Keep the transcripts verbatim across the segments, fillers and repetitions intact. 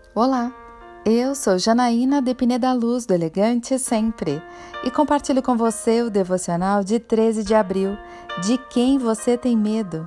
Olá, eu sou Janaína de Pineda Luz, do Elegante Sempre, e compartilho com você o devocional de treze de abril, De Quem Você Tem Medo?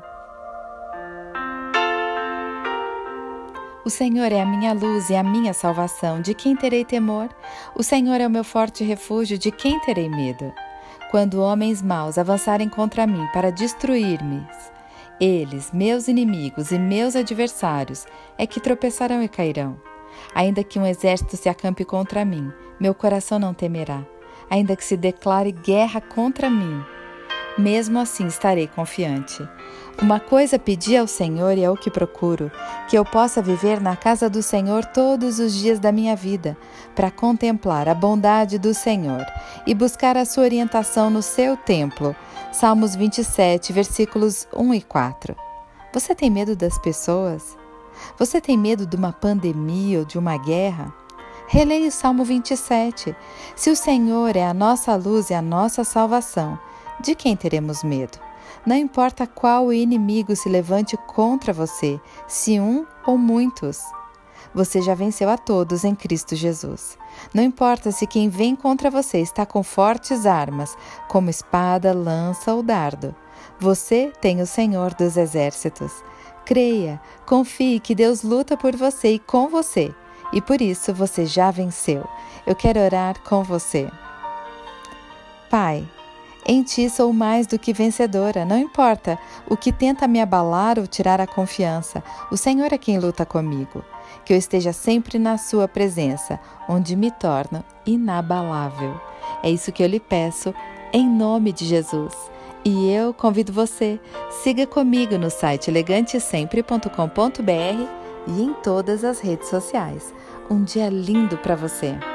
O Senhor é a minha luz e a minha salvação, de quem terei temor? O Senhor é o meu forte refúgio, de quem terei medo? Quando homens maus avançarem contra mim para destruir-me, eles, meus inimigos e meus adversários, é que tropeçarão e cairão. Ainda que um exército se acampe contra mim, meu coração não temerá. Ainda que se declare guerra contra mim, mesmo assim estarei confiante. Uma coisa pedi ao Senhor e é o que procuro, que eu possa viver na casa do Senhor todos os dias da minha vida, para contemplar a bondade do Senhor e buscar a sua orientação no seu templo. Salmos vinte e sete, versículos um e quatro. Você tem medo das pessoas? Você tem medo de uma pandemia ou de uma guerra? Releia o Salmo vinte e sete. Se o Senhor é a nossa luz e a nossa salvação, de quem teremos medo? Não importa qual inimigo se levante contra você, se um ou muitos. Você já venceu a todos em Cristo Jesus. Não importa se quem vem contra você está com fortes armas, como espada, lança ou dardo. Você tem o Senhor dos Exércitos. Creia, confie que Deus luta por você e com você, e por isso você já venceu. Eu quero orar com você. Pai, em Ti sou mais do que vencedora, não importa o que tenta me abalar ou tirar a confiança, o Senhor é quem luta comigo. Que eu esteja sempre na Sua presença, onde me torno inabalável. É isso que eu lhe peço, em nome de Jesus. E eu convido você, siga comigo no site elegante sempre ponto com ponto br e em todas as redes sociais. Um dia lindo para você!